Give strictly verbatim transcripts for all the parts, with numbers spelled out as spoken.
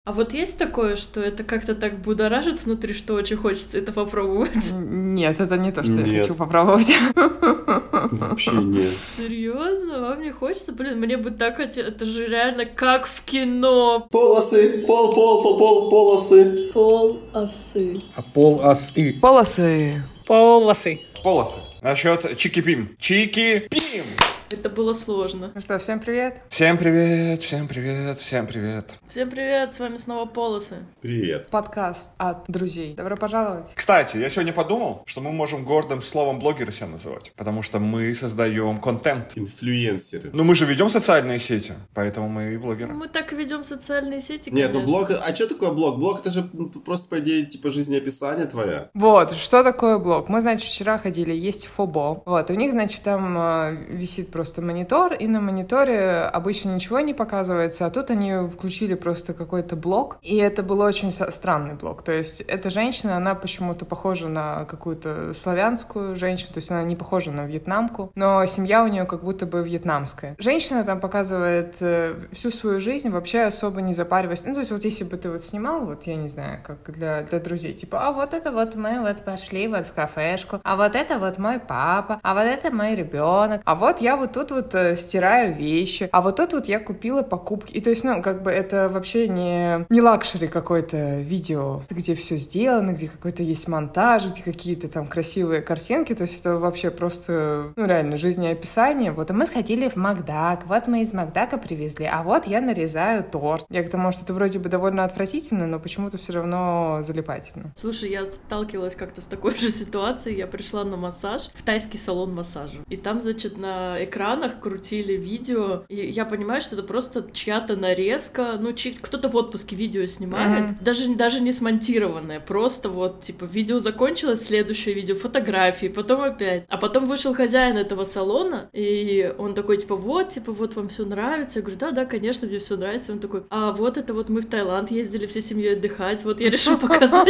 А вот есть такое, что это как-то так будоражит внутри, что очень хочется это попробовать? Нет, это не то, что Нет. я хочу попробовать. Вообще нет. Серьезно? Вам не хочется? Блин, мне бы так хотелось. Это же реально как в кино. Полосы, пол, пол, пол, пол, полосы. Полосы. А полосы. Полосы. Полосы. Полосы. Насчет чики-пим. Чики-пим! Это было сложно. Ну что, всем привет. Всем привет, всем привет, всем привет. Всем привет, с вами снова Полосы. Привет. Подкаст от друзей. Добро пожаловать. Кстати, я сегодня подумал, что мы можем гордым словом блогеры себя называть, потому что мы создаем контент. Инфлюенсеры. Ну мы же ведем социальные сети, поэтому мы и блогеры. Мы так и ведем социальные сети, Нет, конечно. ну блог... А что такое блог? Блог это же ну, просто, по идее, типа жизнеописание твоя. Вот, что такое блог? Мы, значит, вчера ходили, есть Фобо. Вот, у них, значит, там э, висит просто монитор, и на мониторе обычно ничего не показывается, а тут они включили просто какой-то блог, и это был очень со- странный блог. То есть эта женщина, она почему-то похожа на какую-то славянскую женщину, то есть она не похожа на вьетнамку, но семья у нее как будто бы вьетнамская. Женщина там показывает э, всю свою жизнь, вообще особо не запариваясь. Ну, то есть вот если бы ты вот снимал, вот я не знаю, как для, для друзей, типа, а вот это вот мы вот пошли вот в кафешку, а вот это вот мой папа, а вот это мой ребенок, а вот я вот тут вот э, стираю вещи, а вот тут вот я купила покупки. И то есть, ну, как бы это вообще не, не лакшери какое-то видео, где все сделано, где какой-то есть монтаж, где какие-то там красивые картинки, то есть это вообще просто, ну, реально, жизнеописание. Вот, а мы сходили в Макдак, вот мы из Макдака привезли, а вот я нарезаю торт. Я к тому, что это вроде бы довольно отвратительно, но почему-то все равно залипательно. Слушай, я сталкивалась как-то с такой же ситуацией. Я пришла на массаж в тайский салон массажа. И там, значит, на экранах крутили видео. И я понимаю, что это просто чья-то нарезка. Ну, чьи... кто-то в отпуске видео снимает. Mm-hmm. Даже, даже не смонтированное. Просто вот, типа, видео закончилось, следующее видео, фотографии, потом опять. А потом вышел хозяин этого салона, и он такой, типа, вот, типа, вот вам все нравится. Я говорю, да, да, конечно, мне все нравится. И он такой, а вот это вот мы в Таиланд ездили всей семьей отдыхать. Вот я решил показать.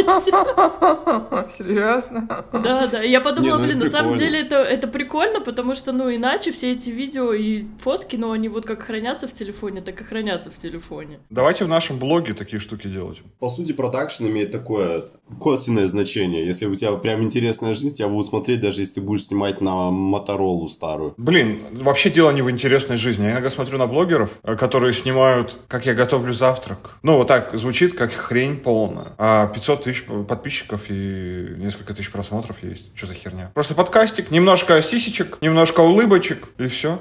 Серьезно? Да, да. Я подумала, Не, ну блин, на это самом прикольно. деле это, это прикольно, потому что, ну, иначе все эти видео и фотки, ну, они вот как хранятся в телефоне, так и хранятся в телефоне. Давайте в нашем блоге такие штуки делать. По сути, продакшн имеет такое косвенное значение. Если у тебя прям интересная жизнь, тебя будут смотреть, даже если ты будешь снимать на Моторолу старую. Блин, вообще дело не в интересной жизни. Я иногда смотрю на блогеров, э, которые снимают, как я готовлю завтрак. Ну, вот так звучит, как хрень полная. А пятьсот тысяч подписчиков и несколько тысяч просмотров есть. Что за херня? Просто подкастик, немножко сисечек, немножко улыбочек, и все.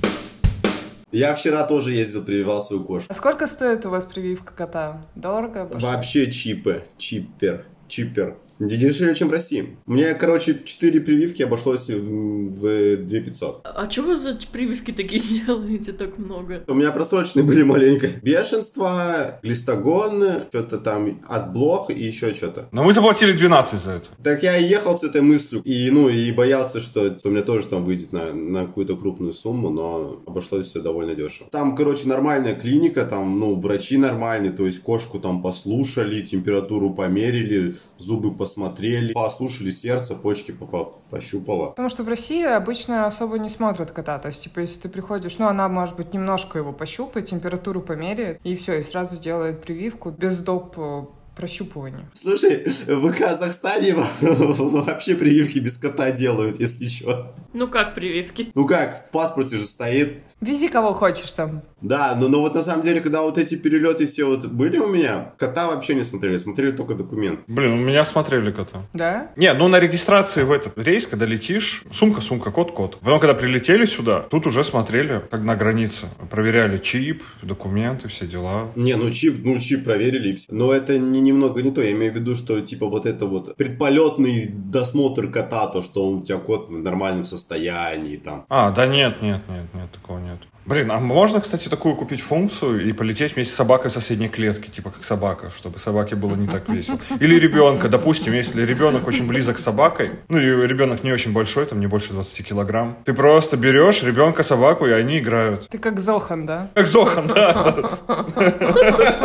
Я вчера тоже ездил, прививал свою кошку. А сколько стоит у вас прививка кота? Дорого? Пошли? Вообще чипы. Чиппер. Чиппер. Не дешевле, чем в России. Мне, короче, четыре прививки обошлось в, в две тысячи пятьсот. А что вы за прививки такие делаете так много? У меня просроченные были маленько. Бешенство, глистогон, что-то там отблок и еще что-то. Но мы заплатили двенадцать за это. Так я и ехал с этой мыслью. И, ну, и боялся, что, что у меня тоже там выйдет на, на какую-то крупную сумму, но обошлось все довольно дешево. Там, короче, нормальная клиника, там, ну, врачи нормальные, то есть кошку там послушали, температуру померили, зубы посмотрели, послушали сердце, почки по- пощупала. Потому что в России обычно особо не смотрят кота. То есть, типа, если ты приходишь, ну, она, может быть, немножко его пощупает, температуру померяет, и все, и сразу делает прививку без доп. Прощупывания. Слушай, в Казахстане вообще прививки без кота делают, если что. Ну как прививки? Ну как, в паспорте же стоит. Вези кого хочешь там. Да, но, но вот на самом деле, когда вот эти перелеты все вот были у меня, кота вообще не смотрели, смотрели только документ. Блин, у меня смотрели кота. Да? Не, ну на регистрации в этот рейс, когда летишь, сумка, сумка, кот, кот. Потом, когда прилетели сюда, тут уже смотрели, как на границе. Проверяли чип, документы, все дела. Не, ну чип, ну чип проверили и все. Но это не, немного не то. Я имею в виду, что типа вот это вот предполетный досмотр кота, то, что у тебя кот в нормальном состоянии там. А, да нет, нет, нет, нет, такого нет. Блин, а можно, кстати, такую купить функцию и полететь вместе с собакой в соседней клетке, типа как собака, чтобы собаке было не так весело. Или ребенка, допустим, если ребенок очень близок к собакой, ну и ребенок не очень большой, там не больше двадцати килограмм, ты просто берешь ребенка, собаку, и они играют. Ты как Зохан, да? Как Зохан, да.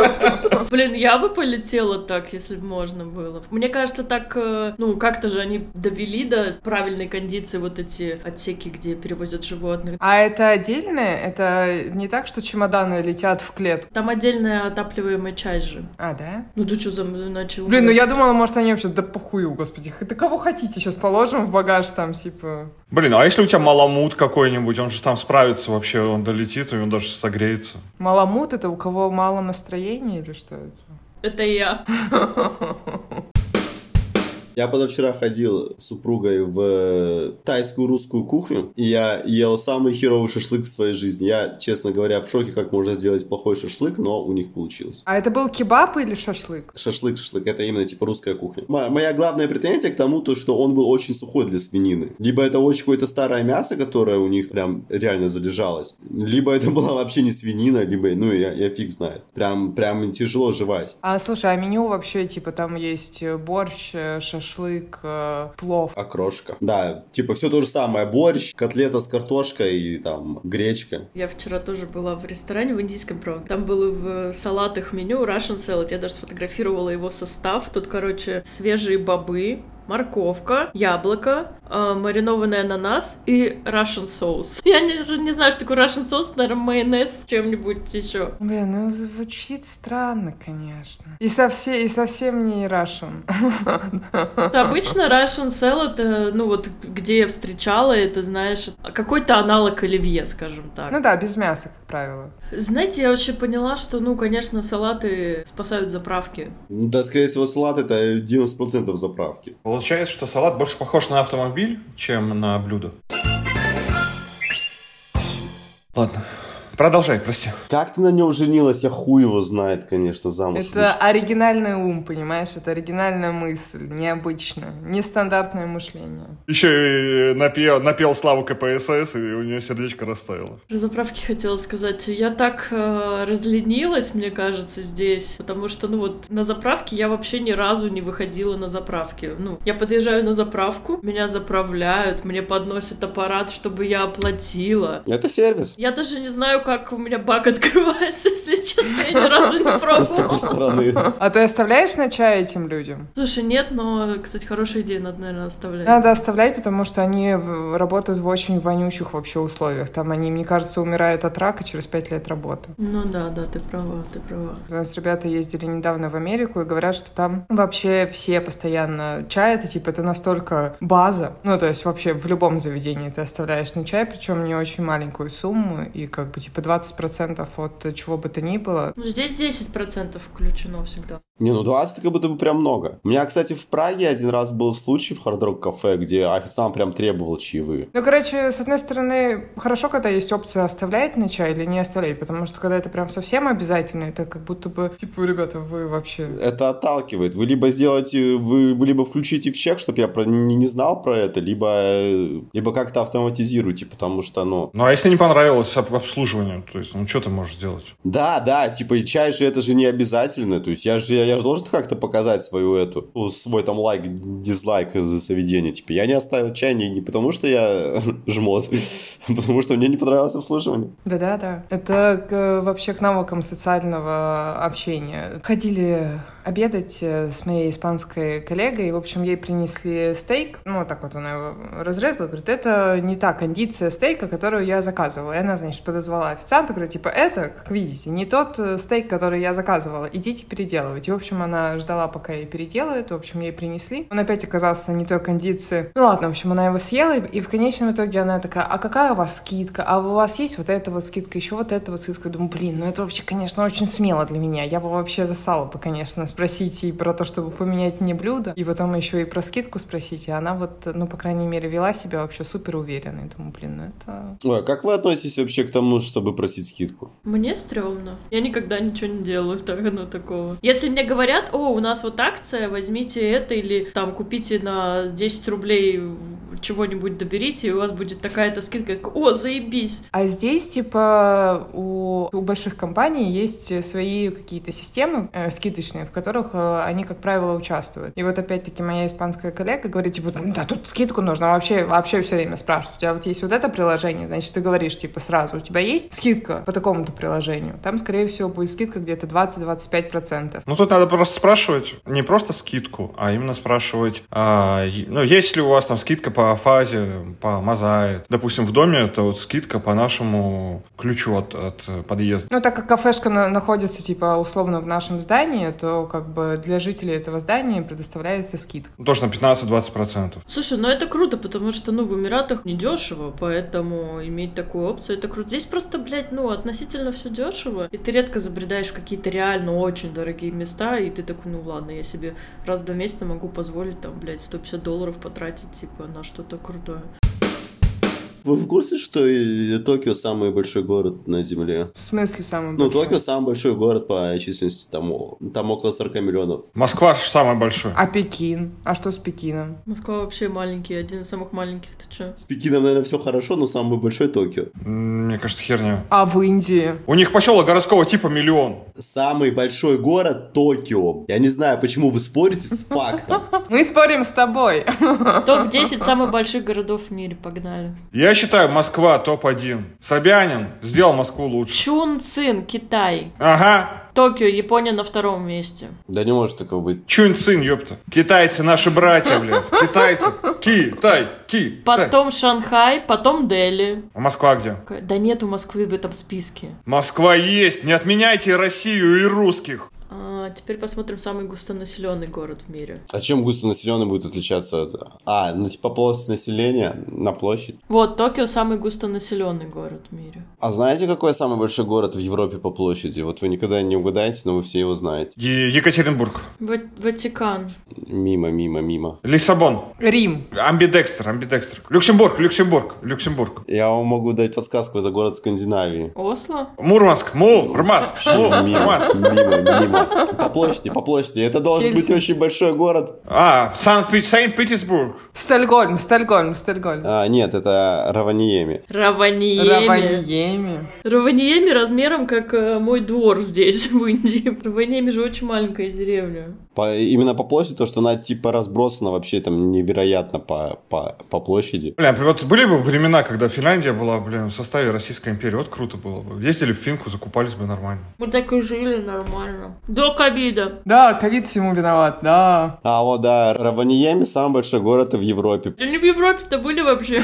Блин, я бы полетела так, если бы можно было. Мне кажется, так, э, ну, как-то же они довели до правильной кондиции вот эти отсеки, где перевозят животных. А это отдельное? Это не так, что чемоданы летят в клетку? Там отдельная отапливаемая часть же. А, да? Ну ты что, иначе... Блин, ну я думала, может, они вообще, да похую, господи, да кого хотите, сейчас положим в багаж там, типа... Блин, а если у тебя маламут какой-нибудь, он же там справится вообще, он долетит, и он даже согреется. Маламут — это у кого мало настроения или что это? Это я. Я позавчера ходил с супругой в тайскую русскую кухню, и я ел самый херовый шашлык в своей жизни. Я, честно говоря, в шоке, как можно сделать плохой шашлык, но у них получилось. А это был кебаб или шашлык? Шашлык, шашлык, это именно типа русская кухня. М- моя главная претензия к тому, то, что он был очень сухой для свинины. Либо это очень какое-то старое мясо, которое у них прям реально залежалось, либо это была вообще не свинина, либо, ну, я, я фиг знает. Прям, прям тяжело жевать. А, слушай, а меню вообще, типа, там есть борщ, шашлык, шашлык, э, плов. Окрошка. Да, типа все то же самое. Борщ, котлета с картошкой и там гречка. Я вчера тоже была в ресторане в индийском, правда. Там было в салатах меню Russian salad. Я даже сфотографировала его состав. Тут, короче, свежие бобы, морковка, яблоко, э, маринованный ананас и Russian соус. Я не, не знаю, что такое Russian соус, наверное, майонез с чем-нибудь еще. Блин, ну звучит странно, конечно. И, совсем, и совсем не Russian. Обычно Russian salad, э, ну вот где я встречала, это, знаешь, какой-то аналог оливье, скажем так. Ну да, без мяса, как правило. Знаете, я вообще поняла, что, ну, конечно, салаты спасают заправки. Ну да, скорее всего, салат это девяносто процентов заправки. Получается, что салат больше похож на автомобиль, чем на блюдо. Ладно. Продолжай, прости. Как ты на нем женилась? Я хуй его знает, конечно, замуж. Это вышла. Оригинальный ум, понимаешь? Это оригинальная мысль, необычная, нестандартное мышление. Еще и напел, напел Славу ка пэ эс эс, и у нее сердечко растаяло. Про заправки хотела сказать. Я так э, разленилась, мне кажется, здесь, потому что, ну вот, на заправке я вообще ни разу не выходила на заправке. Ну, я подъезжаю на заправку, меня заправляют, мне подносят аппарат, чтобы я оплатила. Это сервис. Я даже не знаю, как у меня бак открывается, если честно, я ни разу не пробовала. С какой стороны? А ты оставляешь на чай этим людям? Слушай, нет, но, кстати, хорошая идея, надо, наверное, оставлять. Надо оставлять, потому что они в- работают в очень вонючих вообще условиях. Там они, мне кажется, умирают от рака через пять лет работы. Ну да, да, ты права, ты права. У нас ребята ездили недавно в Америку и говорят, что там вообще все постоянно чай, это типа это настолько база. Ну, то есть вообще в любом заведении ты оставляешь на чай, причем не очень маленькую сумму, и как бы типа двадцать процентов от чего бы то ни было. Ну, здесь десять процентов включено всегда. Не, ну двадцать как будто бы прям много. У меня, кстати, в Праге один раз был случай в Hard Rock кафе, где официант прям требовал чаевые. Ну, короче, с одной стороны, хорошо, когда есть опция оставлять на чай или не оставлять, потому что когда это прям совсем обязательно, это как будто бы, типа, ребята, вы вообще... Это отталкивает. Вы либо сделаете, вы, вы либо включите в чек, чтобы я про, не, не знал про это, либо, либо как-то автоматизируйте, потому что, ну... Ну, а если не понравилось об- обслуживание, то есть, ну, что ты можешь сделать? Да, да, типа, и чай же это же не обязательно, то есть я же, я же должен как-то показать свою эту, свой там лайк, дизлайк за заведение, типа, я не оставил чай не, не потому, что я жмот, а потому что мне не понравилось обслуживание. Да-да-да. Это к- вообще к навыкам социального общения. Ходили обедать э, с моей испанской коллегой, и, в общем, ей принесли стейк, ну, вот так вот она его разрезала, говорит, это не та кондиция стейка, которую я заказывала. И она, значит, подозвала официанта, говорит, типа, это, как видите, не тот э, стейк, который я заказывала, идите переделывайте. И, в общем, она ждала, пока ей переделают, в общем, ей принесли. Он опять оказался не той кондиции. Ну, ладно, в общем, она его съела, и, и в конечном итоге она такая, а какая у вас скидка? А у вас есть вот эта вот скидка, еще вот эта вот скидка? Думаю, блин, ну это вообще, конечно, очень смело для меня. Я бы вообще засала бы, конечно, спросить и про то, чтобы поменять мне блюдо, и потом еще и про скидку спросить, и она вот, ну, по крайней мере, вела себя вообще супер уверенно. Я думаю, блин, ну это... Ой, а как вы относитесь вообще к тому, чтобы просить скидку? Мне стрёмно. Я никогда ничего не делаю так, ну, такого. Если мне говорят, о, у нас вот акция, возьмите это, или там купите на десять рублей чего-нибудь доберите, и у вас будет такая-то скидка, как, о, заебись. А здесь, типа, у, у больших компаний есть свои какие-то системы э, скидочные, в которых э, они, как правило, участвуют. И вот опять-таки моя испанская коллега говорит, типа, да, тут скидку нужно, вообще, вообще все время спрашивают, у тебя вот есть вот это приложение, значит, ты говоришь, типа, сразу, у тебя есть скидка по такому-то приложению? Там, скорее всего, будет скидка где-то двадцать-двадцать пять процентов. Ну, тут надо просто спрашивать, не просто скидку, а именно спрашивать, а, ну, есть ли у вас там скидка по фазе, по мозаик. Допустим, в доме это вот скидка по нашему ключу от, от подъезда. Ну, так как кафешка на- находится, типа, условно в нашем здании, то, как бы, для жителей этого здания предоставляется скидка. Тоже на пятнадцать-двадцать процентов. Слушай, ну это круто, потому что, ну, в Эмиратах недешево, поэтому иметь такую опцию, это круто. Здесь просто, блядь, ну, относительно все дешево, и ты редко забредаешь в какие-то реально очень дорогие места, и ты такой, ну, ладно, я себе раз в два месяца могу позволить, там, блядь, сто пятьдесят долларов потратить, типа, на что-то крутое. Вы в курсе, что и Токио самый большой город на Земле? В смысле самый Ну, большой? Токио самый большой город по численности, там, о- там около сорок миллионов. Москва же самый большой. А Пекин? А что с Пекином? Москва вообще маленький, один из самых маленьких, ты чё? С Пекином, наверное, все хорошо, но самый большой Токио. М, Мне кажется, херня. А в Индии? У них поселок городского типа миллион. Самый большой город Токио. Я не знаю, почему вы спорите с фактом. Мы спорим с тобой. топ десять самых больших городов в мире, погнали. Я считаю, Москва топ один. Собянин сделал Москву лучше. Чунцин, Китай. Ага. Токио, Япония на втором месте. Да не может такого быть. Чунцин, ёпта. Китайцы наши братья, блядь. Китайцы. Китай. Китай. Потом Шанхай, потом Дели. А Москва где? Да нету Москвы в этом списке. Москва есть. Не отменяйте Россию и русских. А, теперь посмотрим самый густонаселенный город в мире. А чем густонаселенный будет отличаться от... А, ну типа плотность населения на площадь. Вот, Токио самый густонаселенный город в мире. А знаете, какой самый большой город в Европе по площади? Вот вы никогда не угадаете, но вы все его знаете. Е- Екатеринбург. Ва- Ватикан. Мимо, мимо, мимо. Лиссабон. Рим. Амбидекстер, амбидекстер. Люксембург, Люксембург, Люксембург. Я вам могу дать подсказку, это город Скандинавии. Осло? Мурманск, Мурманск, Мимо, Мурманск. мимо, мимо. По площади, по площади. Это должен быть Хельсинки. очень большой город. А, Санкт- Санкт-Петербург. Стокгольм, Стокгольм, Стокгольм. А, нет, это Раваниеми. Раваниеми. Раваньеми. Раваниеми размером как э, мой двор здесь, в Индии. Раваниеми же очень маленькая деревня. По, именно по площади, то, что она типа разбросана вообще там невероятно по, по, по площади. Бля, вот были бы времена, когда Финляндия была, блин, в составе Российской империи, вот круто было бы. Ездили в Финку, закупались бы нормально. Мы так и жили нормально. До ковида. Да, ковид всему виноват, да. А вот, да, Раваниеми самый большой город в Европе. Да не в Европе-то были вообще.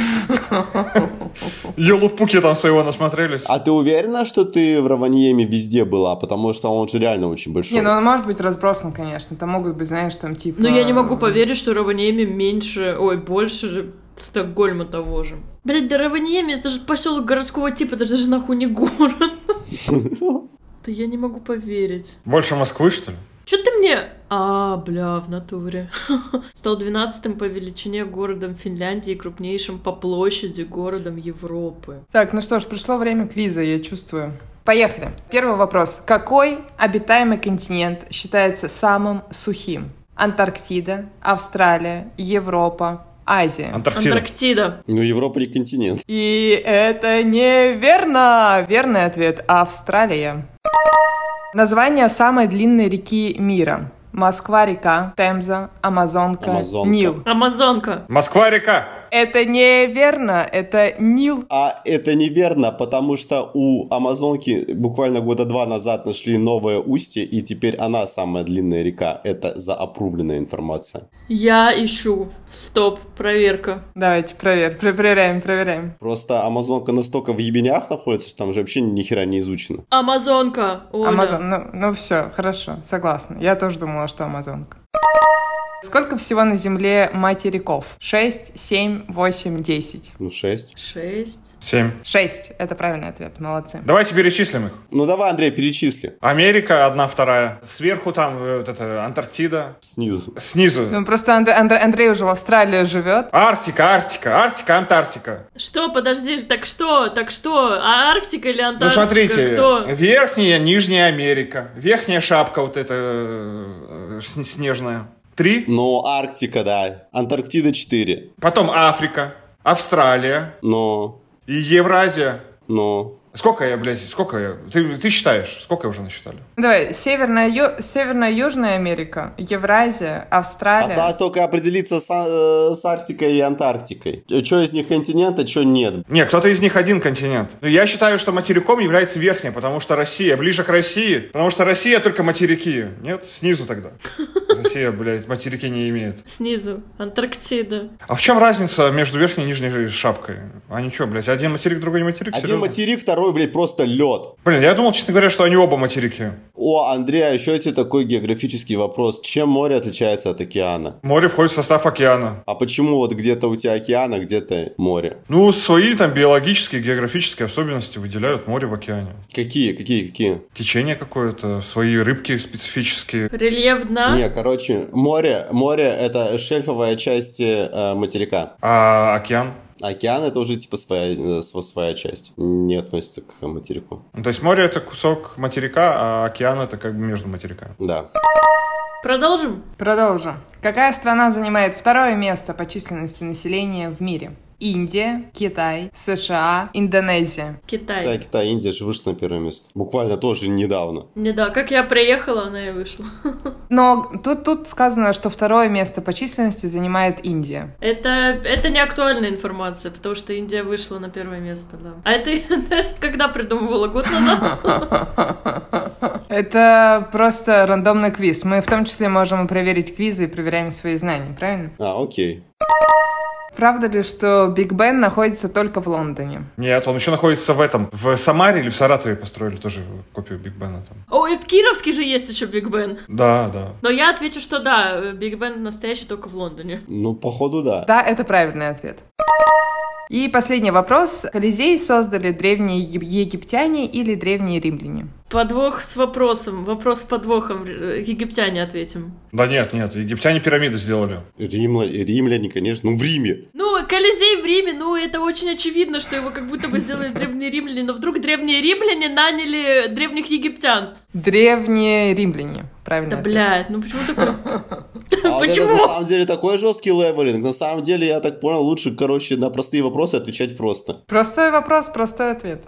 Елупуки там своего насмотрелись. А ты уверена, что ты в Раваниеми везде была? Потому что он же реально очень большой. Не, ну он может быть разбросан, конечно. Там могут быть, знаешь, там типа... Но я не могу поверить, что Раваниеми меньше, ой, больше Стокгольма того же. Блять, да Раваниеми, это же поселок городского типа, это же нахуй не город. Да я не могу поверить. Больше Москвы, что ли? Чё ты мне... А, бля, в натуре. Стал двенадцатым по величине городом Финляндии и крупнейшим по площади городом Европы. Так, ну что ж, пришло время квиза, я чувствую. Поехали. Первый вопрос. Какой обитаемый континент считается самым сухим? Антарктида, Австралия, Европа, Азия. Антарктида. Антарктида. Ну, Европа не континент. И это неверно. Верный ответ. Австралия. Название самой длинной реки мира. Москва-река, Темза, Амазонка, Амазонка. Нил. Амазонка. Москва-река. Это неверно. Это Нил. А это неверно, потому что у Амазонки буквально года два назад нашли новое устье, и теперь она самая длинная река. Это заапрувленная информация. Я ищу. Стоп, проверка. Давайте, проверь, про- проверяем, проверяем. Просто Амазонка настолько в ебенях находится, что там же вообще ни хера не изучено. Амазонка. Оля. Амазон, ну, ну все, хорошо, согласна. Я тоже думала, что Амазонка. Сколько всего на Земле материков? Шесть, семь, восемь, десять. Ну, шесть. Шесть. Семь. Шесть. Это правильный ответ. Молодцы. Давайте перечислим их. Ну, давай, Андрей, перечисли. Америка одна, вторая. Сверху там э, вот это Антарктида. Снизу. Снизу. Ну, просто Анд- Анд- Андрей уже в Австралии живет. Арктика, Арктика, Арктика, Антарктика. Что, подожди, так что, так что, а Арктика или Ну, Антарктика? смотрите, Кто? верхняя, нижняя Америка. Верхняя шапка вот эта э, с- снежная. Три? Ну, Арктика, да. Антарктида четыре. Потом Африка, Австралия Но, и Евразия. но... Сколько я, блядь, сколько я? Ты, ты считаешь? Сколько я уже насчитали? Давай, Северная, Ю... Северная Южная Америка, Евразия, Австралия. Осталось только определиться с, э, с Арктикой и Антарктикой. Что из них континент, а что нет. Не, кто-то из них один континент. Но я считаю, что материком является верхняя, потому что Россия ближе к России. Потому что Россия только материки. Нет? Снизу тогда. Россия, блядь, материки не имеет. Снизу. Антарктида. А в чем разница между верхней и нижней шапкой? А ничего, блядь, один материк, другой не материк? Один Серьезно? материк, второй, блядь, просто лед. Блин, я думал, честно говоря, что они оба материки. О, Андрей, а еще тебе такой географический вопрос. Чем море отличается от океана? Море входит в состав океана. А почему вот где-то у тебя океан, а где-то море? Ну, свои там биологические, географические особенности выделяют море в океане. Какие, какие, какие? Течение какое-то, свои рыбки специфические. Рельеф дна. Не, короче, море, море это шельфовая часть э, материка. А океан? Океан это уже типа своя, э, своя часть, не относится к материку. Ну, то есть море это кусок материка, а океан это как бы между материками. Да. Продолжим? Продолжим. Какая страна занимает второе место по численности населения в мире? Индия, Китай, США, Индонезия. Китай. Да, Китай, Индия же вышла на первое место. Буквально тоже недавно. Не, да, как я приехала, она и вышла. Но тут, тут сказано, что второе место по численности занимает Индия. Это, это не актуальная информация, потому что Индия вышла на первое место, да. А это тест когда придумывала? Год назад? Это просто рандомный квиз. Мы в том числе можем и проверить квизы и проверяем свои знания, правильно? А, окей. Правда ли, что Биг Бен находится только в Лондоне? Нет, он еще находится в этом, в Самаре или в Саратове построили тоже копию Биг Бена там. Ой, в Кировске же есть еще Биг Бен. Да, да. Но я отвечу, что да, Биг Бен настоящий только в Лондоне. Ну, походу, да. Да, это правильный ответ. И последний вопрос. Колизей создали древние е- египтяне или древние римляне? Подвох с вопросом. Вопрос с подвохом. Египтяне ответим. Да нет, нет, египтяне пирамиды сделали. Римля... Римляне, конечно, ну в Риме. Ну, Колизей в Риме, ну, это очень очевидно, что его как будто бы сделали древние римляне, но вдруг древние римляне наняли древних египтян. Древние римляне. Правильно. Да, блядь, ну почему такое? А вот это Почему? на самом деле такой жесткий левелинг. На самом деле, я так понял, лучше, короче, на простые вопросы отвечать просто. Простой вопрос, простой ответ.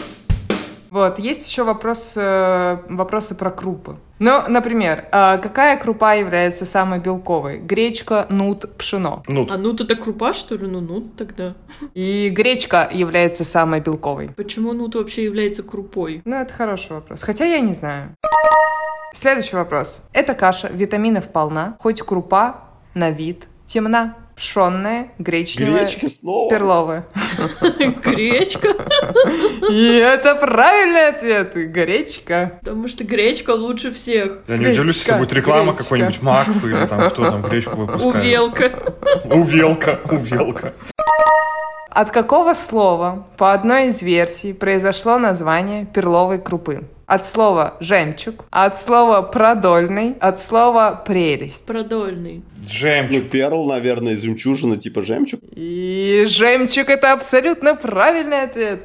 Вот, есть еще вопрос, э, вопросы про крупы. Ну, например, э, какая крупа является самой белковой? Гречка, нут, пшено. Ну, А нут это крупа, что ли? Ну, нут тогда. И гречка является самой белковой. Почему нут вообще является крупой? Ну, это хороший вопрос. Хотя я не знаю. Следующий вопрос. Эта каша витаминов полна, хоть крупа на вид темна. Пшенная, гречневая, Гречка снова? перловая. Гречка. И это правильный ответ. Гречка. Потому что гречка лучше всех. я не удивлюсь, если Гречка, будет реклама гречка. какой-нибудь Макф или там кто там гречку выпускает. Увелка. Увелка, увелка. От какого слова по одной из версий произошло название перловой крупы? От слова «жемчуг», от слова «продольный», от слова «прелесть». Продольный. Ну, Жемчуг. перл, наверное, жемчужина, типа жемчуг. И жемчуг — это абсолютно правильный ответ.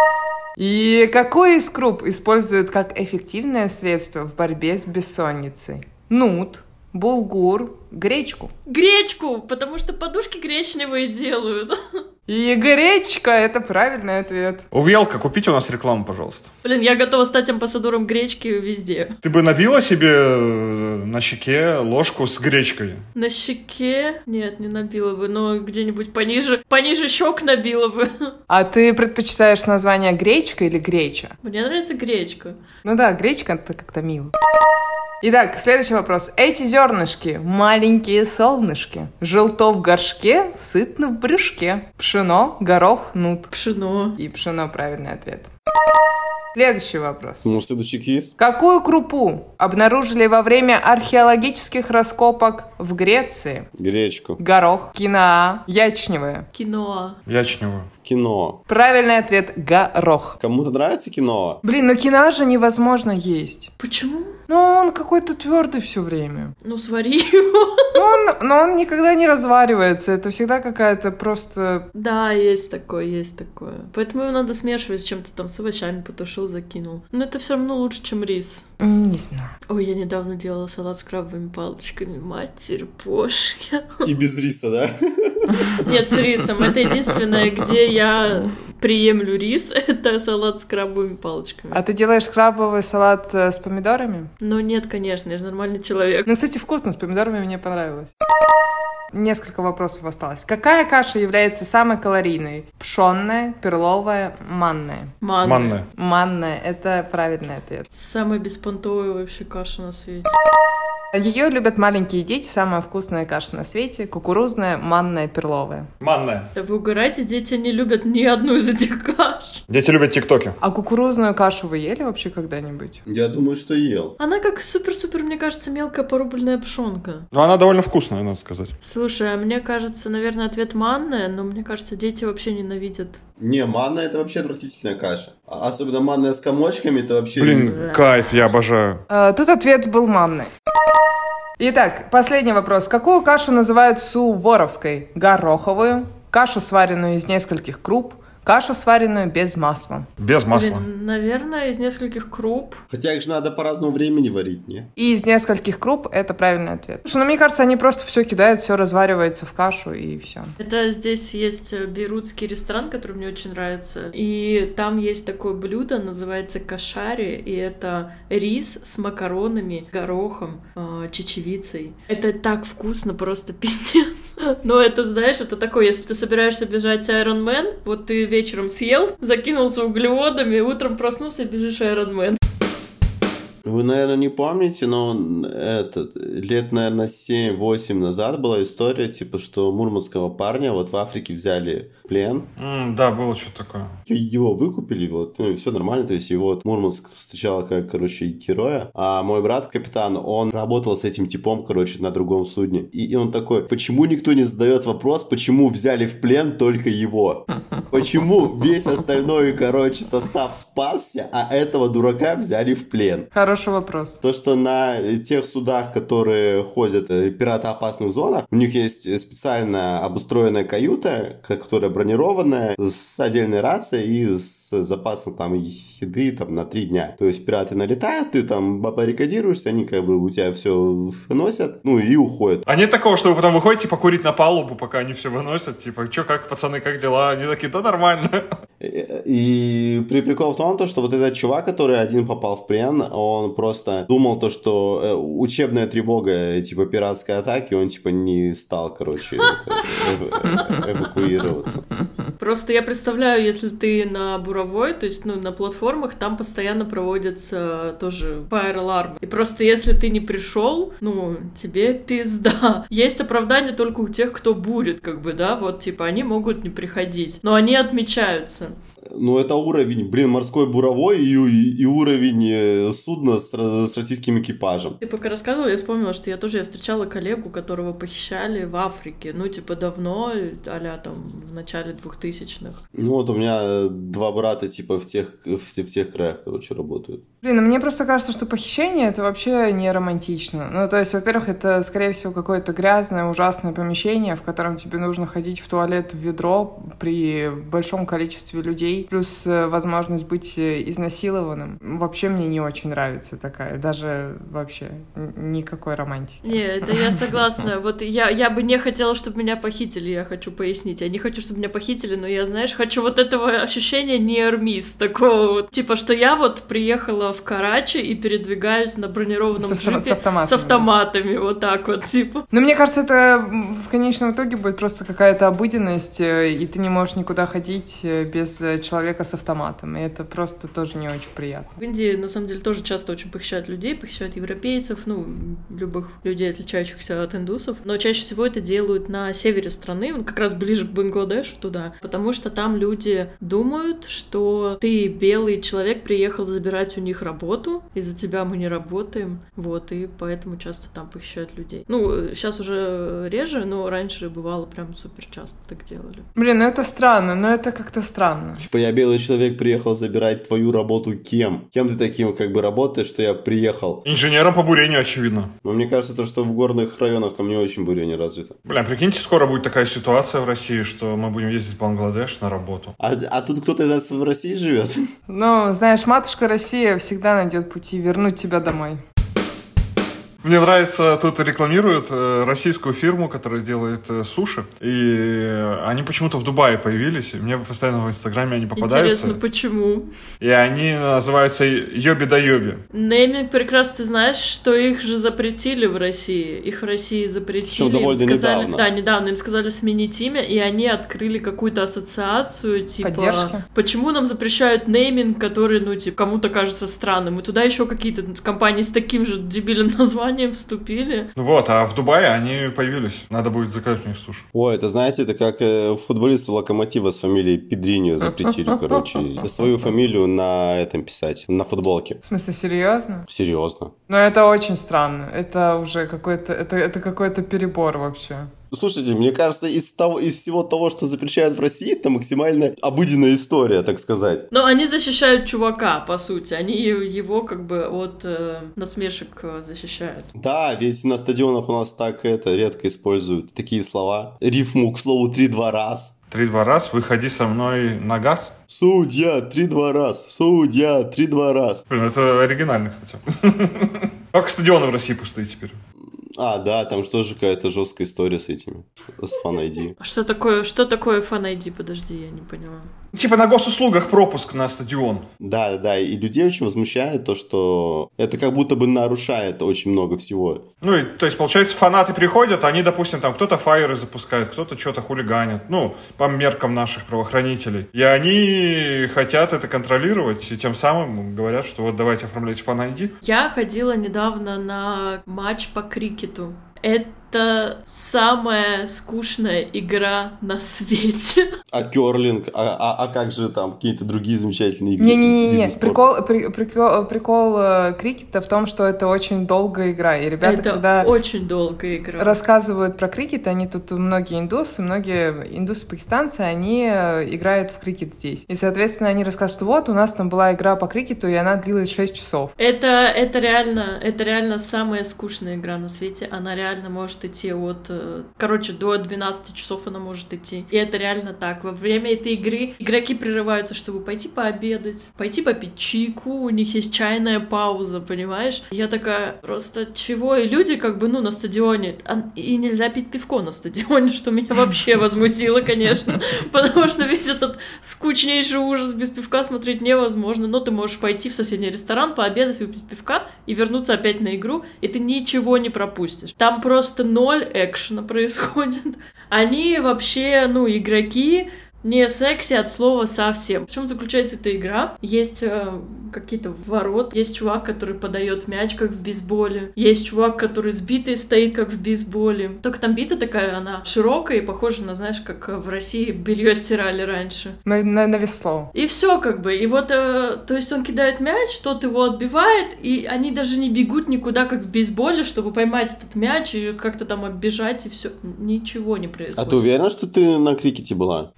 И какой из круп используют как эффективное средство в борьбе с бессонницей? Нут, булгур, гречку. Гречку, потому что подушки гречневые делают. И гречка — это правильный ответ. Увелка, купите у нас рекламу, пожалуйста. Блин, я готова стать амбассадором гречки везде. Ты бы набила себе э, на щеке ложку с гречкой? На щеке? Нет, не набила бы, но где-нибудь пониже, пониже щек набила бы. А ты предпочитаешь название гречка или греча? Мне нравится гречка. Ну да, гречка — это как-то мило. Итак, следующий вопрос. Эти зернышки — маленькие солнышки. Желто в горшке, сытно в брюшке. Пшено, горох, нут. Пшено. И пшено — правильный ответ. Следующий вопрос. Ну, следующий квиз. Какую крупу обнаружили во время археологических раскопок в Греции? Гречку. Горох, киноа, ячневая. Киноа. Ячневую. Кино. Правильный ответ — горох. Кому-то нравится кино? Блин, ну киноа же невозможно есть. Почему? Ну, он какой-то твердый все время. Ну, свари его. Но он, но он никогда не разваривается. Это всегда какая-то просто... Да, есть такое, есть такое. Поэтому его надо смешивать с чем-то там, с овощами потушил, посолил, закинул. Но это все равно лучше, чем рис. Не знаю. Ой, я недавно делала салат с крабовыми палочками. Матерь Божья. И без риса, да? Нет, с рисом. Это единственное, где я приемлю рис, это салат с крабовыми палочками. А ты делаешь крабовый салат с помидорами? Ну нет, конечно, я же нормальный человек. Ну, кстати, вкусно, с помидорами мне понравилось. Несколько вопросов осталось. Какая каша является самой калорийной? Пшенная, перловая, манная? Манная. Манная. Манная — это правильный ответ. Самая беспонтовая вообще каша на свете. Ее любят маленькие дети, самая вкусная каша на свете. Кукурузная, манная, перловая. Манная. Да вы угораете, дети не любят ни одну из этих каш. Дети любят тиктоки. А кукурузную кашу вы ели вообще когда-нибудь? Я думаю, что ел. Она как супер-супер, мне кажется, мелкая порубленная пшенка. Но она довольно вкусная, надо сказать. Слушай, а мне кажется, наверное, ответ манная, но мне кажется, дети вообще ненавидят. Не, манна это вообще отвратительная каша. А особенно манная с комочками, это вообще... Блин, кайф, я обожаю. А, тут ответ был манный. Итак, последний вопрос. Какую кашу называют суворовской? Гороховую, кашу, сваренную из нескольких круп, кашу, сваренную без масла. Без масла. Блин, наверное, из нескольких круп. Хотя их же надо по разному времени варить, не? И из нескольких круп — это правильный ответ. Слушай, ну мне кажется, они просто все кидают, все разваривается в кашу и все. Это здесь есть бейрутский ресторан, который мне очень нравится. И там есть такое блюдо, называется кашари. И это рис с макаронами, горохом, э, чечевицей. Это так вкусно, просто пиздец. Но это, знаешь, это такое, если ты собираешься бежать Iron Man, вот ты вечером съел, закинулся углеводами, утром проснулся и бежишь Iron Man. Вы, наверное, не помните, но этот, лет, наверное, семь-восемь назад была история, типа, что мурманского парня вот в Африке взяли в плен. М, да, было что-то такое. Его выкупили, вот, ну и все нормально, то есть его вот Мурманск встречала как, короче, героя. А мой брат, капитан, он работал с этим типом, короче, на другом судне. И, и он такой, почему никто не задает вопрос, почему взяли в плен только его? Почему весь остальной, короче, состав спасся, а этого дурака взяли в плен? Хороший вопрос. То, что на тех судах, которые ходят в пиратоопасных зонах, у них есть специально обустроенная каюта, которая бронированная, с отдельной рацией и с запасом там еды там, на три дня. То есть пираты налетают, ты там баррикадируешься, они как бы у тебя все выносят, ну и уходят. А нет такого, что вы потом выходите покурить на палубу, пока они все выносят, типа, чё, как, пацаны, как дела? Они такие, да нормально. И при прикол в том, что вот этот чувак, который один попал в плен, он просто думал то, что учебная тревога, типа, пиратской атаки, он, типа, не стал, короче, эвакуироваться. Просто я представляю, если ты на буровой, то есть, ну, на платформах, там постоянно проводятся тоже fire alarm. И просто если ты не пришел, ну, тебе пизда. Есть оправдание только у тех, кто бурит, как бы, да, вот, типа, они могут не приходить, но они отмечаются. Ну, это уровень, блин, морской буровой и, и, и уровень судна с, с российским экипажем. Ты пока рассказывала, я вспомнила, что я тоже я встречала коллегу, которого похищали в Африке. Ну, типа, давно, а-ля там в начале двухтысячных. Ну, вот у меня два брата, типа, в тех, в, в тех краях, короче, работают. Блин, ну мне просто кажется, что похищение — это вообще не романтично. Ну, то есть, во-первых, это, скорее всего, какое-то грязное, ужасное помещение, в котором тебе нужно ходить в туалет в ведро при большом количестве людей, плюс возможность быть изнасилованным. Вообще мне не очень нравится такая, даже вообще никакой романтики. Не, это я согласна. Вот я, я бы не хотела, чтобы меня похитили, я хочу пояснить. Я не хочу, чтобы меня похитили, но я, знаешь, хочу вот этого ощущения неармиз, такого вот. Типа, что я вот приехала в Карачи и передвигаюсь на бронированном с, джипе с автоматами. С автоматами, вот так вот, типа. Но мне кажется, это в конечном итоге будет просто какая-то обыденность, и ты не можешь никуда ходить без человека с автоматом, и это просто тоже не очень приятно. В Индии, на самом деле, тоже часто очень похищают людей, похищают европейцев, ну, любых людей, отличающихся от индусов, но чаще всего это делают на севере страны, как раз ближе к Бангладешу, туда, потому что там люди думают, что ты белый человек, приехал забирать у них работу, из-за тебя мы не работаем, вот, и поэтому часто там похищают людей. Ну, сейчас уже реже, но раньше бывало прям супер часто так делали. Блин, ну это странно, но это как-то странно. Типа типа, я белый человек, приехал забирать твою работу кем? Кем ты таким, как бы, работаешь, что я приехал? Инженером по бурению, очевидно. Но мне кажется, то, что в горных районах там не очень бурение развито. Бля, прикиньте, скоро будет такая ситуация в России, что мы будем ездить в Бангладеш на работу. А, а тут кто-то из нас в России живет? Ну, знаешь, матушка Россия всегда найдет пути вернуть тебя домой. Мне нравится, тут рекламируют э, российскую фирму, которая делает э, суши, и они почему-то в Дубае появились, и мне постоянно в Инстаграме они попадаются. Интересно, почему? И они называются Йоби да Йоби. Нейминг прекрасно, ты знаешь, что их же запретили в России. Их в России запретили. Что довольно им сказали, недавно. Да, недавно им сказали сменить имя, и они открыли какую-то ассоциацию, типа... Поддержки. Почему нам запрещают нейминг, который, ну, типа, кому-то кажется странным, и туда еще какие-то компании с таким же дебильным названием вступили. Вот, а в Дубае они появились. Надо будет заказать у них суши. Ой, это, знаете, это как э, футболисту Локомотива с фамилией Педриньо запретили, короче. Свою фамилию на этом писать, на футболке. В смысле, серьезно? Серьезно. Ну, это очень странно. Это уже какой-то... Это, это какой-то перебор вообще. Слушайте, мне кажется, из, того, из всего того, что запрещают в России, это максимально обыденная история, так сказать. Но они защищают чувака, по сути. Они его как бы от э, насмешек э, защищают. Да, ведь на стадионах у нас так это редко используют такие слова. Рифму, к слову, три-два раз. Три-два раз, выходи со мной на газ. Судья, три-два раз. Судья, три-два раз. Блин, это оригинально, кстати. Только стадионы в России пустые теперь. А, да, там же тоже какая-то жесткая история с этими, с Fan ай ди. А что такое, что такое Fan ай ди? Подожди, я не поняла. Типа на госуслугах пропуск на стадион. Да, да, да, и людей очень возмущает то, что это как будто бы нарушает очень много всего. Ну, и, то есть, получается, фанаты приходят, они, допустим, там кто-то фаеры запускает, кто-то что-то хулиганит, ну, по меркам наших правоохранителей. И они хотят это контролировать, и тем самым говорят, что вот давайте оформляйте Fan ай ди. Я ходила недавно на матч по крикету. Это самая скучная игра на свете. А керлинг, а, а, а как же там какие-то другие замечательные игры? Не-не-не, виды спорта? прикол, при, прикол, прикол э, крикета в том, что это очень долгая игра. И ребята, Это когда очень долгая игра. рассказывают про крикет, они тут многие индусы, многие индусы-пакистанцы, они э, играют в крикет здесь. И, соответственно, они рассказывают, что вот, у нас там была игра по крикету, и она длилась шесть часов. Это, это реально, это реально самая скучная игра на свете. Она реально может идти от... э, Короче, до двенадцати часов она может идти. И это реально так. Во время этой игры игроки прерываются, чтобы пойти пообедать, пойти попить чайку, у них есть чайная пауза, понимаешь? Я такая, просто чего? И люди как бы, ну, на стадионе... а- И нельзя пить пивко на стадионе, что меня вообще возмутило, конечно. Потому что весь этот скучнейший ужас без пивка смотреть невозможно. Но ты можешь пойти в соседний ресторан, пообедать, выпить пивка и вернуться опять на игру, и ты ничего не пропустишь. Там просто ноль экшена происходит. Они вообще, ну, игроки не секси от слова совсем. В чем заключается эта игра? Есть э, какие-то ворот, есть чувак, который подает мяч, как в бейсболе, есть чувак, который сбитый стоит, как в бейсболе. Только там бита такая, она широкая и похожа на, знаешь, как в России белье стирали раньше. На, на, на весло. И все как бы. И вот, э, то есть он кидает мяч, тот его отбивает, и они даже не бегут никуда, как в бейсболе, чтобы поймать этот мяч и как-то там оббежать, и все. Ничего не происходит. А ты уверена, что ты на крикете была?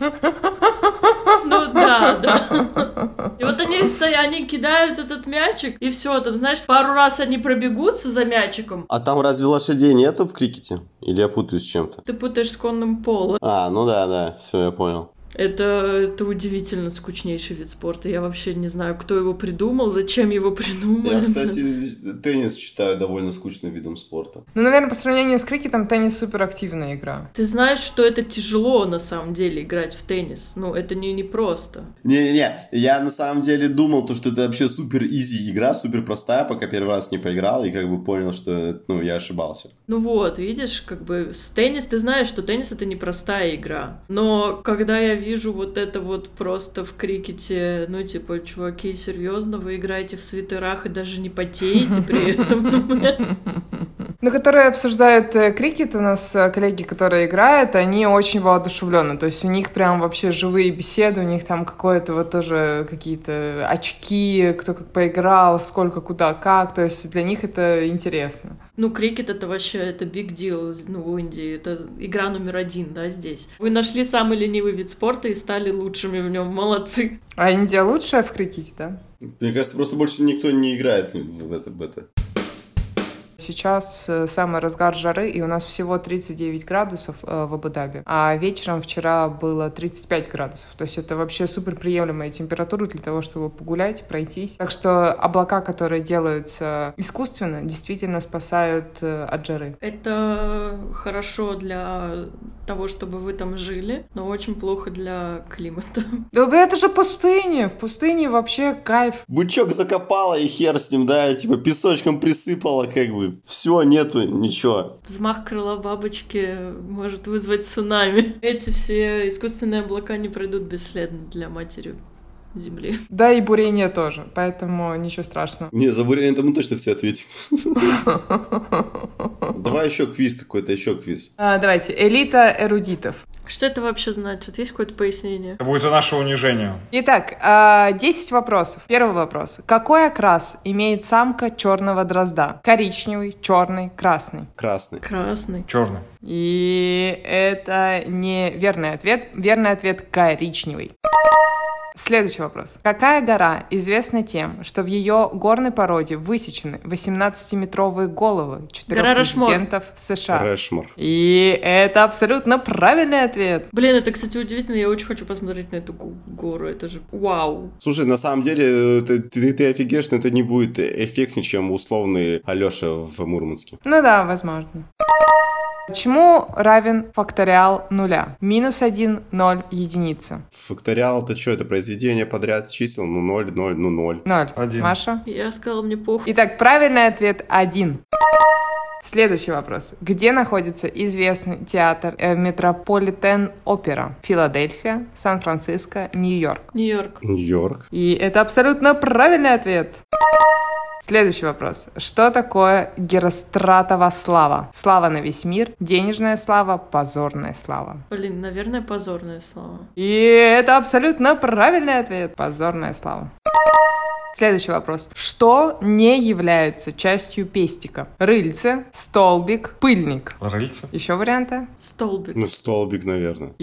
Ну да, да. И вот они, они кидают этот мячик, и все, там, знаешь, пару раз они пробегутся за мячиком. А там разве лошадей нету в крикете? Или я путаюсь с чем-то? Ты путаешь с конным полом. А, ну да, да, все, я понял. Это, это удивительно скучнейший вид спорта. Я вообще не знаю, кто его придумал, зачем его придумали. Я, кстати, теннис считаю довольно скучным видом спорта. Ну, наверное, по сравнению с крикетом, теннис суперактивная игра. Ты знаешь, что это тяжело на самом деле играть в теннис. Ну, это не, не просто. Не-не-не, я на самом деле думал, то, что это вообще супер изи игра, супер простая, пока первый раз не поиграл, и как бы понял, что, ну, я ошибался. Ну вот, видишь, как бы с теннис, ты знаешь, что теннис это непростая игра. Но когда я вижу вот это вот просто в крикете, ну, типа, чуваки, серьезно, вы играете в свитерах и даже не потеете при этом. Ну, которые обсуждают э, крикет, у нас э, коллеги, которые играют, они очень воодушевлены. То есть у них прям вообще живые беседы, у них там какое-то вот тоже какие-то очки, кто как поиграл, сколько, куда, как. То есть для них это интересно. Ну, крикет — это вообще, это big deal, ну, в Индии, это игра номер один, да, здесь. Вы нашли самый ленивый вид спорта и стали лучшими в нем, молодцы. А Индия лучшая в крикете, да? Мне кажется, просто больше никто не играет в это. В это. Сейчас э, самый разгар жары, и у нас всего тридцать девять градусов э, в Абу-Даби, а вечером вчера было тридцать пять градусов. То есть это вообще супер приемлемая температура для того, чтобы погулять, пройтись. Так что облака, которые делаются искусственно, действительно спасают э, от жары. Это хорошо для того, чтобы вы там жили, но очень плохо для климата. Да это же пустыня, в пустыне вообще кайф. Бычок закопала и хер с ним, да, типа песочком присыпала, как бы. Все, нету ничего. Взмах крыла бабочки может вызвать цунами. Эти все искусственные облака не пройдут бесследно для матери Земли. Да, и бурение тоже, поэтому ничего страшного. Не, за бурение-то мы точно все ответим. Давай еще квиз какой-то, еще квиз. А, давайте, элита эрудитов. Что это вообще значит? Есть какое-то пояснение? Это будет и наше унижение. Итак, а, десять вопросов. Первый вопрос. Какой окрас имеет самка черного дрозда? Коричневый, черный, красный. Красный. Красный. Черный. И это не верный ответ. Верный ответ — коричневый. Следующий вопрос. Какая гора известна тем, что в ее горной породе высечены восемнадцатиметровые головы четырех Гора Рашмор. президентов США? Рэшмор. И это абсолютно правильный ответ. Блин, это, кстати, удивительно. Я очень хочу посмотреть на эту гу- гору. Это же вау. Слушай, на самом деле, ты, ты, ты офигеешь, но это не будет эффектнее, чем условный Алёша в Мурманске. Ну да, возможно. Чему равен факториал нуля? Минус один, ноль, единица. Факториал, это что, это произведение подряд чисел? Ну, ноль, ноль, ну, ноль. Ноль. Один. Маша? Я сказала, мне похуй. Итак, правильный ответ — один. Следующий вопрос. Где находится известный театр э, Метрополитен Опера? Филадельфия, Сан-Франциско, Нью-Йорк. Нью-Йорк. Нью-Йорк. И это абсолютно правильный ответ. Следующий вопрос. Что такое Геростратова слава? Слава на весь мир, денежная слава, позорная слава. Блин, наверное, позорная слава. И это абсолютно правильный ответ. Позорная слава. Следующий вопрос. Что не является частью пестика? Рыльце, столбик, пыльник. Рыльце. Еще варианты? Столбик. Ну, столбик, наверное.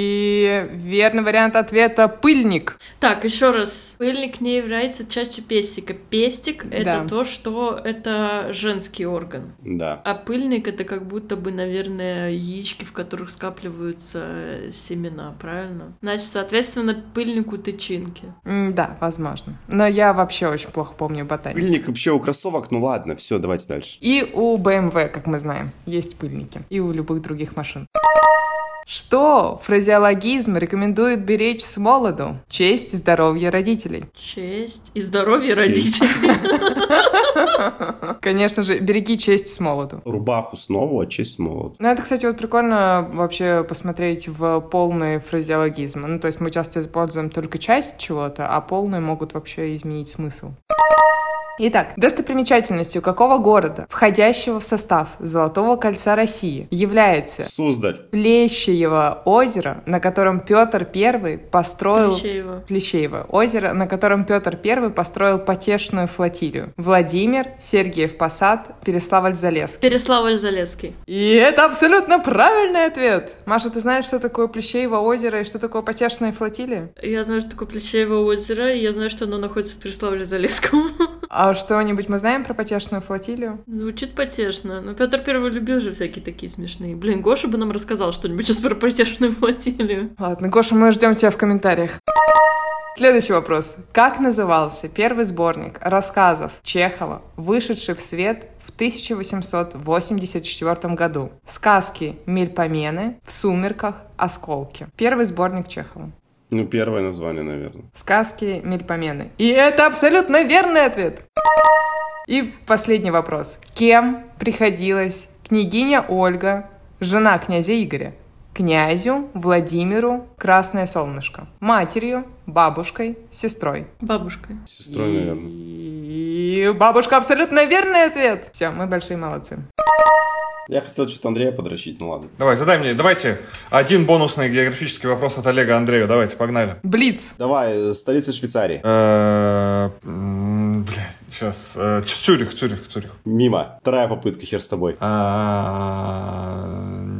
И верный вариант ответа — пыльник. Так, еще раз. Пыльник не является частью пестика. Пестик — это Да. то, что это женский орган. Да. А пыльник — это как будто бы, наверное, яички, в которых скапливаются э, семена, правильно? Значит, соответственно, пыльнику тычинки. М, Да, возможно. Но я вообще очень плохо помню ботанику. Пыльник вообще у кроссовок, ну ладно, все, давайте дальше. И у бэ эм вэ, как мы знаем, есть пыльники. И у любых других машин. Что фразеологизм рекомендует беречь с молоду? Честь и здоровье родителей. Честь и здоровье Честь. родителей. Конечно же, береги честь с молоду. Рубаху снова, а честь молод. Ну, это, кстати, вот прикольно вообще посмотреть в полный фразеологизм. Ну, то есть мы часто используем только часть чего-то, а полные могут вообще изменить смысл. Итак, достопримечательностью какого города, входящего в состав Золотого кольца России, является Суздаль. Плещеево озеро, на котором Петр Первый построил... Плещеево. Плещеево озеро, на котором Петр Первый построил потешную флотилию. Владимир, Сергиев Посад, Переславль-Залесский. Переславль-Залесский. И это абсолютно правильный ответ. Маша, ты знаешь, что такое Плещеево озеро и что такое потешная флотилия? Я знаю, что такое Плещеево озеро, и я знаю, что оно находится в Переславле-Залесском. А что-нибудь мы знаем про потешную флотилию? Звучит потешно. Но Петр Первый любил же всякие такие смешные. Блин, Гоша бы нам рассказал что-нибудь сейчас про потешную флотилию. Ладно, Гоша, мы ждем тебя в комментариях. Следующий вопрос. Как назывался первый сборник рассказов Чехова, вышедший в свет в тысяча восемьсот восемьдесят четвёртом году? Сказки Мельпомены, В сумерках, Осколки. Первый сборник Чехова. Ну, первое название, наверное. Сказки Мельпомены. И это абсолютно верный ответ. И последний вопрос. Кем приходилась княгиня Ольга, жена князя Игоря, князю Владимиру Красное Солнышко? Матерью, бабушкой, сестрой? Бабушкой. С сестрой, наверное. И И бабушка абсолютно верный ответ. Все, мы большие молодцы. Я хотел что-то Андрея подрочить, ну ладно. Давай, задай мне, давайте один бонусный географический вопрос от Олега Андрею. Давайте, погнали. Блиц. Давай, столица Швейцарии. Э, м, Блядь, сейчас. э, Цюрих, Цюрих, Цюрих. Мимо. Вторая попытка, хер с тобой. А,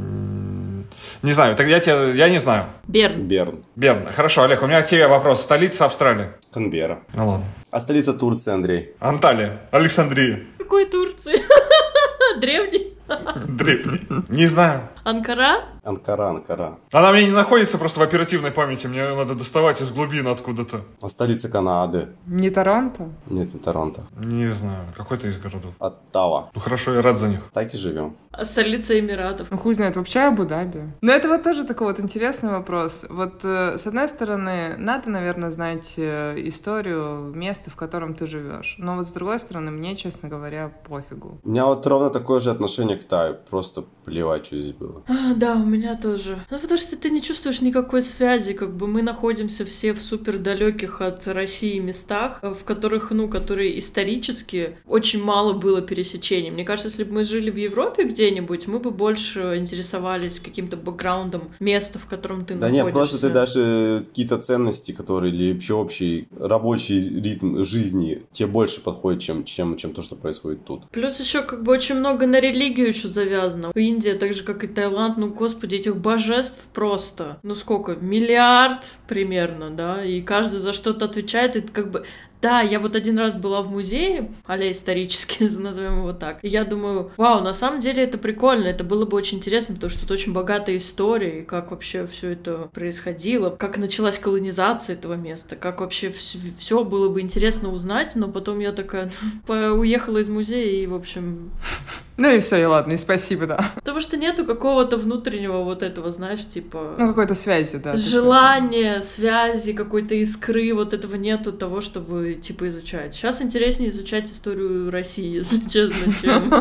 Не знаю, так я тебе, я не знаю. Берн. Берн. Берн. Хорошо, Олег, у меня к тебе вопрос. Столица Австралии. Канберра. Ну ладно. А столица Турции, Андрей? Анталия. Александрия. Какой Турции? Древний? Древний. Не знаю. Анкара? Анкара, Анкара. Она у меня не находится просто в оперативной памяти. Мне ее надо доставать из глубин откуда-то. А столица Канады? Не Торонто? Нет, не Торонто. Не знаю. Какой-то из городов. Оттава. Ну хорошо, я рад за них. Так и живем. А столица Эмиратов. Ну, хуй знает, вообще Абу-Даби. Но это вот тоже такой вот интересный вопрос. Вот, э, с одной стороны, надо, наверное, знать э, историю места, в котором ты живешь. Но вот с другой стороны, мне, честно говоря, пофигу. У меня вот ровно такое же отношение к Таю. Просто плевать, что здесь было. А, да, у меня тоже. Ну, потому что ты не чувствуешь никакой связи, как бы мы находимся все в супер далеких от России местах, в которых, ну, которые исторически очень мало было пересечений. Мне кажется, если бы мы жили в Европе где-нибудь, мы бы больше интересовались каким-то бэкграундом места, в котором ты Да находишься. нет, просто ты даже какие-то ценности, которые или вообще общий рабочий ритм жизни тебе больше подходит, чем, чем, чем то, что происходит тут. Плюс еще как бы очень много на религию еще завязано. Индия, так же как и Таиланд, ну господи, этих божеств просто. Ну сколько? Миллиард примерно, да? И каждый за что-то отвечает, и как бы... Да, я вот один раз была в музее, а-ля исторический, назовем его так. И я думаю, вау, на самом деле это прикольно, это было бы очень интересно, потому что это очень богатая история, и как вообще все это происходило, как началась колонизация этого места, как вообще все было бы интересно узнать, но потом я такая уехала из музея и, в общем... Ну и все, и ладно, и спасибо, да. Потому что нету какого-то внутреннего вот этого, знаешь, типа... Ну, какой-то связи, да. Желания, связи, какой-то искры, вот этого нету того, чтобы, типа, изучать. Сейчас интереснее изучать историю России, если честно, чем...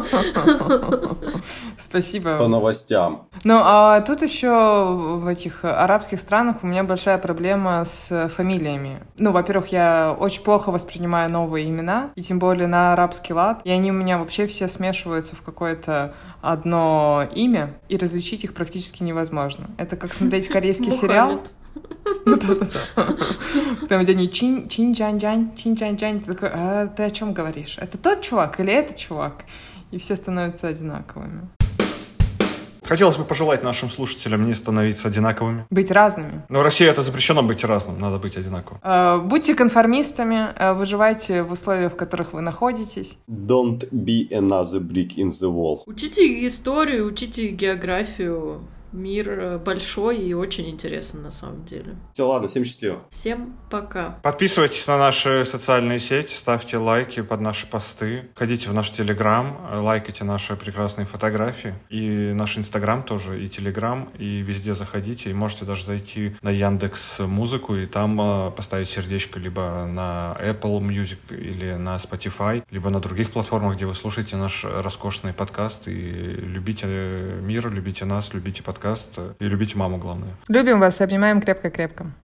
Спасибо. По новостям. Ну, а тут еще в этих арабских странах у меня большая проблема с фамилиями. Ну, во-первых, я очень плохо воспринимаю новые имена, и тем более на арабский лад, и они у меня вообще все смешиваются в какое-то одно имя, и различить их практически невозможно. Это как смотреть корейский сериал. Да-да-да. Там, где они чин-чин-джань-джань, чин-джань-джань, ты такой, а ты о чем говоришь? Это тот чувак или этот чувак? И все становятся одинаковыми. Хотелось бы пожелать нашим слушателям не становиться одинаковыми. Быть разными. Но в России это запрещено быть разным, надо быть одинаковым. Э, будьте конформистами, э, выживайте в условиях, в которых вы находитесь. Don't be another brick in the wall. Учите историю, учите географию. Мир большой и очень интересен на самом деле. Все, ладно, всем счастливо. Всем пока. Подписывайтесь на наши социальные сети, ставьте лайки под наши посты, ходите в наш Телеграм, лайкайте наши прекрасные фотографии, и наш Инстаграм тоже, и Телеграм, и везде заходите, и можете даже зайти на Яндекс.Музыку и там поставить сердечко либо на Apple Music или на Spotify, либо на других платформах, где вы слушаете наш роскошный подкаст, и любите мир, любите нас, любите подкаст, и любите маму, главное. Любим вас и обнимаем крепко-крепко.